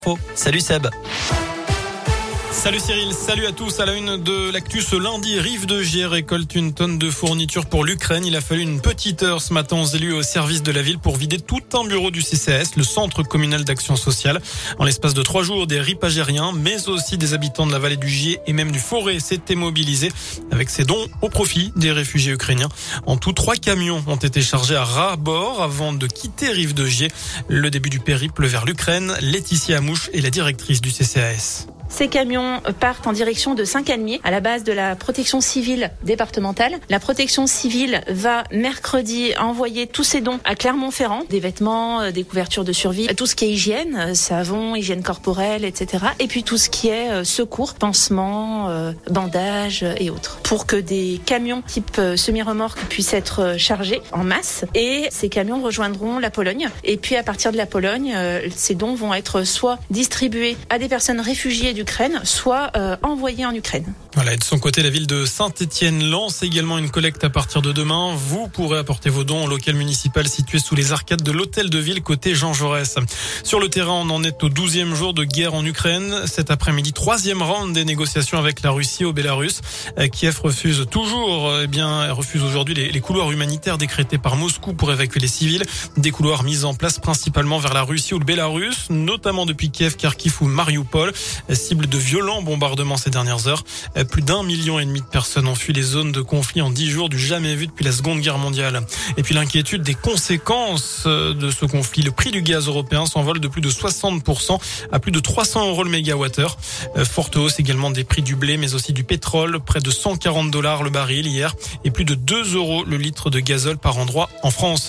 Salut Seb. Salut Cyril, salut à tous. À la une de l'actu ce lundi, Rive de Gier récolte une tonne de fournitures pour l'Ukraine. Il a fallu une petite heure ce matin aux élus au service de la ville pour vider tout un bureau du CCAS, le Centre communal d'action sociale. En l'espace de 3 jours, des RIP algériens, mais aussi des habitants de la vallée du Gier et même du Forêt s'étaient mobilisés avec ces dons au profit des réfugiés ukrainiens. En tout, 3 camions ont été chargés à ras-bord avant de quitter Rive de Gier. Le début du périple vers l'Ukraine, Laetitia Amouche est la directrice du CCAS. Ces camions partent en direction de Saint-Calmier, à la base de la protection civile départementale. La protection civile va mercredi envoyer tous ces dons à Clermont-Ferrand, des vêtements, des couvertures de survie, tout ce qui est hygiène, savon, hygiène corporelle, etc. Et puis tout ce qui est secours, pansements, bandages et autres. Pour que des camions type semi-remorque puissent être chargés en masse. Et ces camions rejoindront la Pologne. Et puis à partir de la Pologne, ces dons vont être soit distribués à des personnes réfugiées d'Ukraine, soit envoyés en Ukraine. Voilà, et de son côté, la ville de Saint-Étienne lance également une collecte à partir de demain. Vous pourrez apporter vos dons au local municipal situé sous les arcades de l'hôtel de ville côté Jean Jaurès. Sur le terrain, on en est au 12e jour de guerre en Ukraine. Cet après-midi, 3e round des négociations avec la Russie au Bélarus. Kiev refuse toujours, refuse aujourd'hui les couloirs humanitaires décrétés par Moscou pour évacuer les civils. Des couloirs mis en place principalement vers la Russie ou le Bélarus, notamment depuis Kiev, Kharkiv ou Mariupol. Cible de violents bombardements ces dernières heures. Plus d'1,5 million de personnes ont fui les zones de conflit en 10 jours, du jamais vu depuis la Seconde Guerre mondiale. Et puis l'inquiétude des conséquences de ce conflit. Le prix du gaz européen s'envole de plus de 60% à plus de 300 € le mégawattheure. Forte hausse également des prix du blé, mais aussi du pétrole. Près de $140 le baril hier et plus de 2 € le litre de gazole par endroit en France.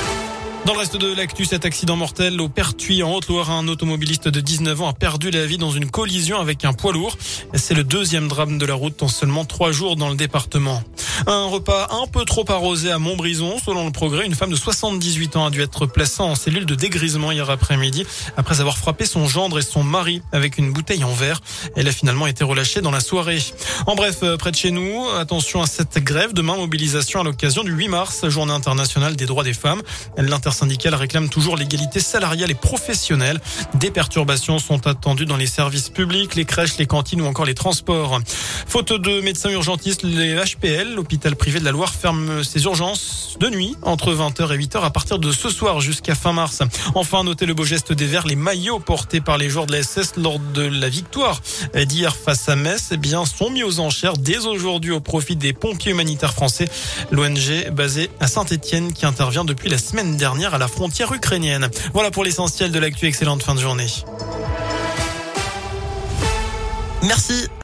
Dans le reste de l'actu, cet accident mortel au Pertuis en Haute-Loire, un automobiliste de 19 ans a perdu la vie dans une collision avec un poids lourd. C'est le 2e drame de la route en seulement 3 jours dans le département. Un repas un peu trop arrosé à Montbrison. Selon le Progrès, une femme de 78 ans a dû être placée en cellule de dégrisement hier après-midi après avoir frappé son gendre et son mari avec une bouteille en verre. Elle a finalement été relâchée dans la soirée. En bref, près de chez nous, attention à cette grève. Demain, mobilisation à l'occasion du 8 mars, journée internationale des droits des femmes. L'intersyndicale réclame toujours l'égalité salariale et professionnelle. Des perturbations sont attendues dans les services publics, les crèches, les cantines ou encore les transports. Faute de médecins urgentistes, les HPL, l'hôpital privé de la Loire, ferme ses urgences de nuit entre 20h et 8h à partir de ce soir jusqu'à fin mars. Enfin, notez le beau geste des Verts, les maillots portés par les joueurs de la SS lors de la victoire d'hier face à Metz, sont mis aux enchères dès aujourd'hui au profit des pompiers humanitaires français. L'ONG basée à Saint-Étienne qui intervient depuis la semaine dernière à la frontière ukrainienne. Voilà pour l'essentiel de l'actu. Excellente fin de journée. Merci.